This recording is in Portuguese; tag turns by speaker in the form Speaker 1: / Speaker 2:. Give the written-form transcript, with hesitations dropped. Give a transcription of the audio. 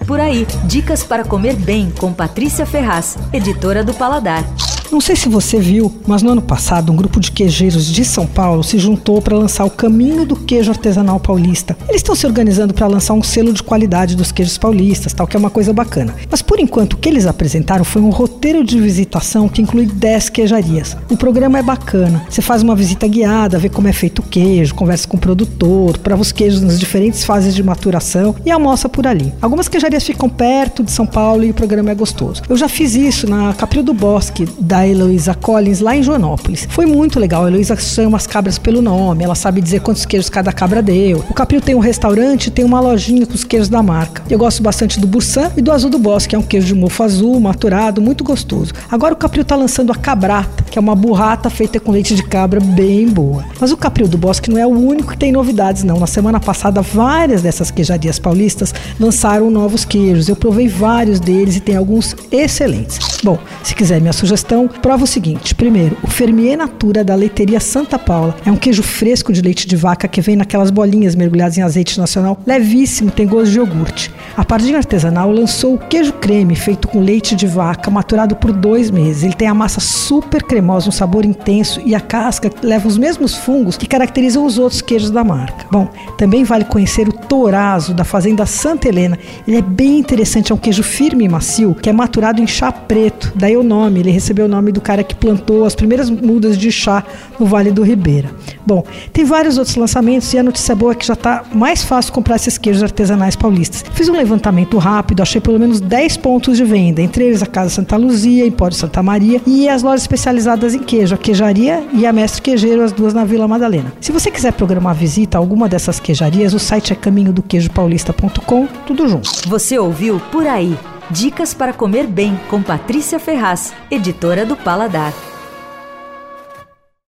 Speaker 1: Por Aí, dicas para comer bem com Patrícia Ferraz, editora do Paladar.
Speaker 2: Não sei se você viu, mas no ano passado um grupo de queijeiros de São Paulo se juntou para lançar o Caminho do Queijo Artesanal Paulista. Eles estão se organizando para lançar um selo de qualidade dos queijos paulistas, tal, que é uma coisa bacana. Mas por enquanto o que eles apresentaram foi um roteiro de visitação que inclui 10 queijarias. O programa é bacana. Você faz uma visita guiada, vê como é feito o queijo, conversa com o produtor, prova os queijos nas diferentes fases de maturação e almoça por ali. Algumas queijarias ficam perto de São Paulo e o programa é gostoso. Eu já fiz isso na Caprio do Bosque, da Heloísa Collins, lá em Joanópolis. Foi muito legal. A Heloísa chama as cabras pelo nome, ela sabe dizer quantos queijos cada cabra deu. O Caprio tem um restaurante e tem uma lojinha com os queijos da marca. Eu gosto bastante do Bursan e do Azul do Bosque, que é um queijo de mofo azul, maturado, muito gostoso. Agora o Caprio tá lançando a Cabrata, que é uma burrata feita com leite de cabra bem boa. Mas o Caprio do Bosque não é o único que tem novidades, não. Na semana passada, várias dessas queijarias paulistas lançaram novos queijos. Eu provei vários deles e tem alguns excelentes. Bom, se quiser minha sugestão, prova o seguinte. Primeiro, o Fermier Natura da Leiteria Santa Paula. É um queijo fresco de leite de vaca que vem naquelas bolinhas mergulhadas em azeite nacional. Levíssimo, tem gosto de iogurte. A Pardinho Artesanal lançou o queijo creme feito com leite de vaca maturado por 2 meses. Ele tem a massa super cremosa, um sabor intenso e a casca leva os mesmos fungos que caracterizam os outros queijos da marca. Bom, também vale conhecer o Torazo da Fazenda Santa Helena. Ele é bem interessante, é um queijo firme e macio que é maturado em chá preto. Daí o nome, ele recebeu o nome do cara que plantou as primeiras mudas de chá no Vale do Ribeira. Bom, tem vários outros lançamentos e a notícia boa é que já está mais fácil comprar esses queijos artesanais paulistas. Fiz um levantamento rápido, achei pelo menos 10 pontos de venda, entre eles a Casa Santa Luzia, Empório Santa Maria e as lojas especializadas em queijo, a Queijaria e a Mestre Queijeiro, as duas na Vila Madalena. Se você quiser programar a visita a alguma dessas queijarias, o site é caminhodoqueijopaulista.com, tudo junto.
Speaker 1: Você ouviu Por Aí, dicas para comer bem com Patrícia Ferraz, editora do Paladar.